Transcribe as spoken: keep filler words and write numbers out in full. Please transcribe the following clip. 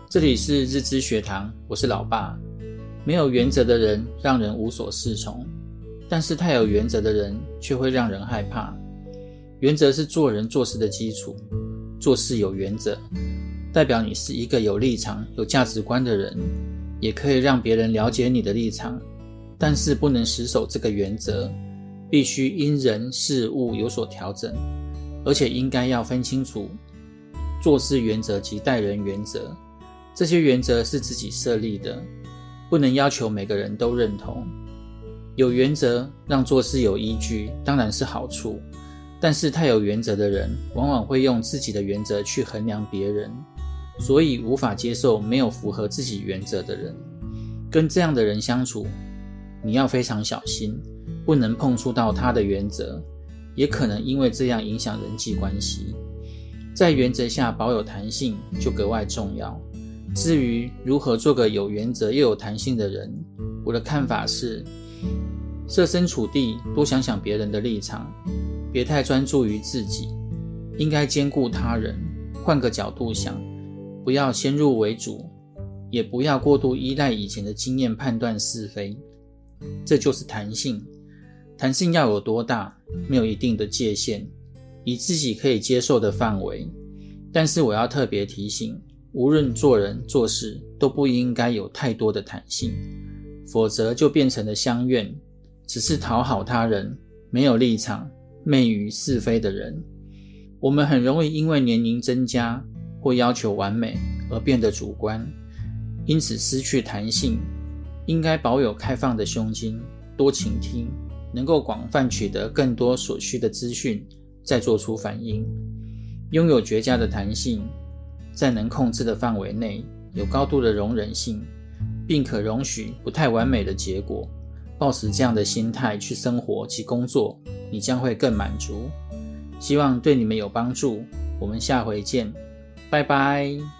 这里是日知学堂，我是老爸。没有原则的人让人无所适从，但是太有原则的人却会让人害怕。原则是做人做事的基础，做事有原则，代表你是一个有立场、有价值观的人，也可以让别人了解你的立场，但是不能死守这个原则，必须因人事物有所调整，而且应该要分清楚做事原则及待人原则。这些原则是自己设立的，不能要求每个人都认同。有原则让做事有依据当然是好处，但是太有原则的人往往会用自己的原则去衡量别人，所以无法接受没有符合自己原则的人。跟这样的人相处，你要非常小心，不能碰触到他的原则，也可能因为这样影响人际关系。在原则下保有弹性就格外重要。至于如何做个有原则又有弹性的人，我的看法是，设身处地多想想别人的立场，别太专注于自己，应该兼顾他人，换个角度想，不要先入为主，也不要过度依赖以前的经验判断是非。这就是弹性。弹性要有多大，没有一定的界限，以自己可以接受的范围。但是我要特别提醒，无论做人做事都不应该有太多的弹性，否则就变成了相怨，只是讨好他人，没有立场，昧于是非的人。我们很容易因为年龄增加或要求完美而变得主观，因此失去弹性。应该保有开放的胸襟，多倾听，能够广泛取得更多所需的资讯，再做出反应。拥有绝佳的弹性，在能控制的范围内有高度的容忍性，并可容许不太完美的结果。抱持这样的心态去生活及工作，你将会更满足。希望对你们有帮助，我们下回见，拜拜。